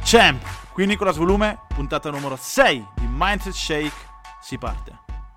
Champ, qui Nicolas Volume, puntata numero 6 di Mindset Shake, si parte.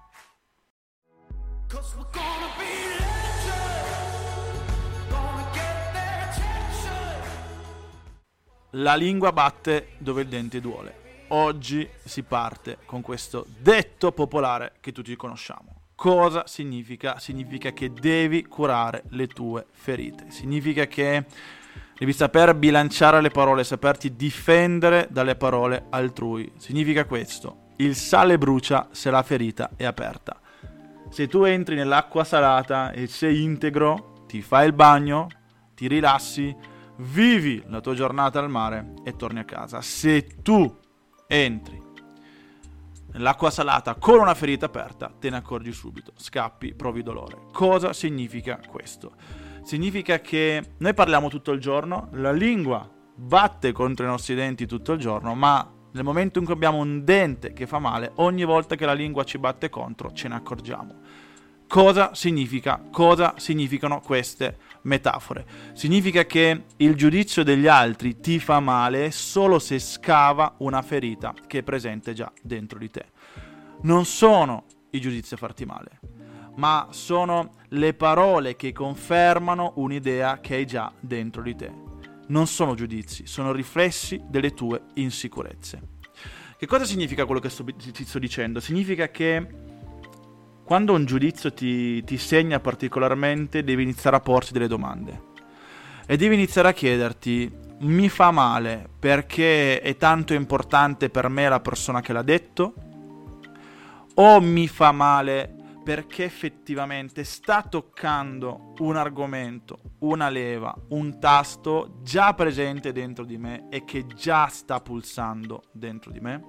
La lingua batte dove il dente duole. Oggi si parte con questo detto popolare che tutti conosciamo. Cosa significa? Significa che devi curare le tue ferite. Significa che devi saper bilanciare le parole, saperti difendere dalle parole altrui. Significa questo: il sale brucia se la ferita è aperta. Se tu entri nell'acqua salata e sei integro, ti fai il bagno, ti rilassi, vivi la tua giornata al mare e torni a casa. Se tu entri nell'acqua salata con una ferita aperta, te ne accorgi subito, scappi, provi dolore. Cosa significa questo? Significa che noi parliamo tutto il giorno, la lingua batte contro i nostri denti tutto il giorno, ma nel momento in cui abbiamo un dente che fa male, ogni volta che la lingua ci batte contro, ce ne accorgiamo. Cosa significa? Cosa significano queste metafore? Significa che il giudizio degli altri ti fa male solo se scava una ferita che è presente già dentro di te. Non sono i giudizi a farti male, ma sono le parole che confermano un'idea che hai già dentro di te. Non sono giudizi, sono riflessi delle tue insicurezze. Che cosa significa quello che ti sto dicendo? Significa che quando un giudizio ti segna particolarmente, devi iniziare a porsi delle domande. E devi iniziare a chiederti: mi fa male perché è tanto importante per me la persona che l'ha detto? O mi fa male perché effettivamente sta toccando un argomento, una leva, un tasto già presente dentro di me e che già sta pulsando dentro di me?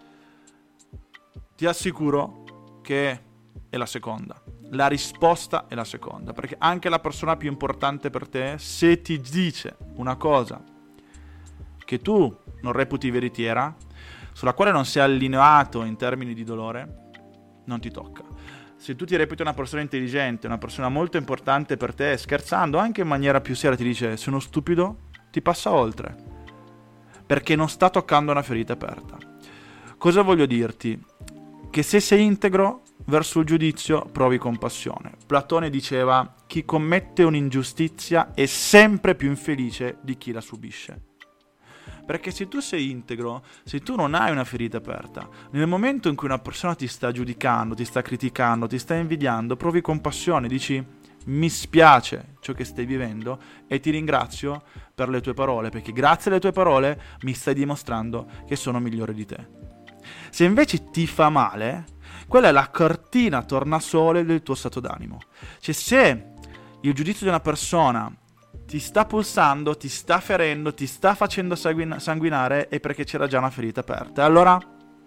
Ti assicuro che è la seconda. La risposta è la seconda, perché anche la persona più importante per te, se ti dice una cosa che tu non reputi veritiera, sulla quale non sei allineato in termini di dolore, non ti tocca. Se tu ti reputi una persona intelligente, una persona molto importante per te, scherzando anche in maniera più seria ti dice sei uno stupido, ti passa oltre, perché non sta toccando una ferita aperta. Cosa voglio dirti? Che se sei integro verso il giudizio provi compassione. Platone diceva: chi commette un'ingiustizia è sempre più infelice di chi la subisce. Perché se tu sei integro, se tu non hai una ferita aperta, nel momento in cui una persona ti sta giudicando, ti sta criticando, ti sta invidiando, provi compassione, dici: mi spiace ciò che stai vivendo e ti ringrazio per le tue parole, perché grazie alle tue parole mi stai dimostrando che sono migliore di te. Se invece ti fa male, quella è la cartina tornasole del tuo stato d'animo. Cioè, se il giudizio di una persona ti sta pulsando, ti sta ferendo, ti sta facendo sanguinare, è perché c'era già una ferita aperta. Allora,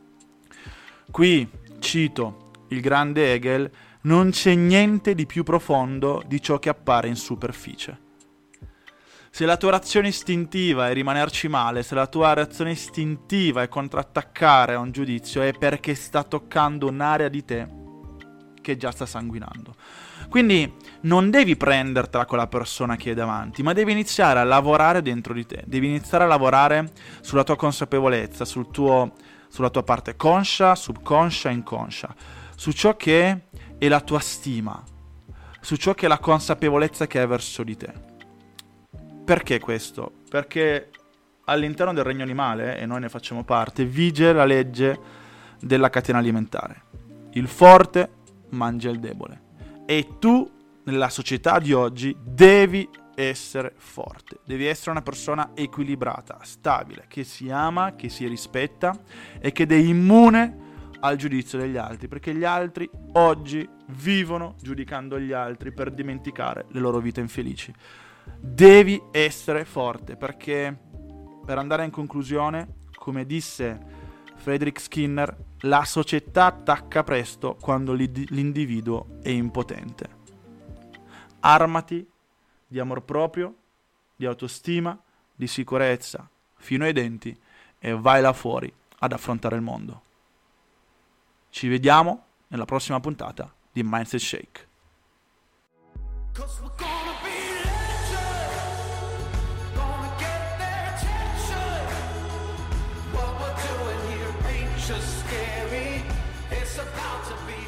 qui cito il grande Hegel: non c'è niente di più profondo di ciò che appare in superficie. Se la tua reazione istintiva è rimanerci male, se la tua reazione istintiva è contrattaccare a un giudizio, è perché sta toccando un'area di te che già sta sanguinando. Quindi non devi prendertela con la persona che è davanti, ma devi iniziare a lavorare dentro di te, devi iniziare a lavorare sulla tua consapevolezza, sulla tua parte conscia, subconscia, inconscia, su ciò che è la tua stima, su ciò che è la consapevolezza che hai verso di te. Perché questo? Perché all'interno del regno animale, e noi ne facciamo parte, vige la legge della catena alimentare. Il forte mangia il debole. E tu, nella società di oggi, devi essere forte. Devi essere una persona equilibrata, stabile, che si ama, che si rispetta e che è immune al giudizio degli altri, perché gli altri oggi vivono giudicando gli altri per dimenticare le loro vite infelici. Devi essere forte, perché, per andare in conclusione, come disse Frederick Skinner, la società attacca presto quando l'individuo è impotente. Armati di amor proprio, di autostima, di sicurezza fino ai denti e vai là fuori ad affrontare il mondo. Ci vediamo nella prossima puntata di Mindset Shake. future's scary. It's about to be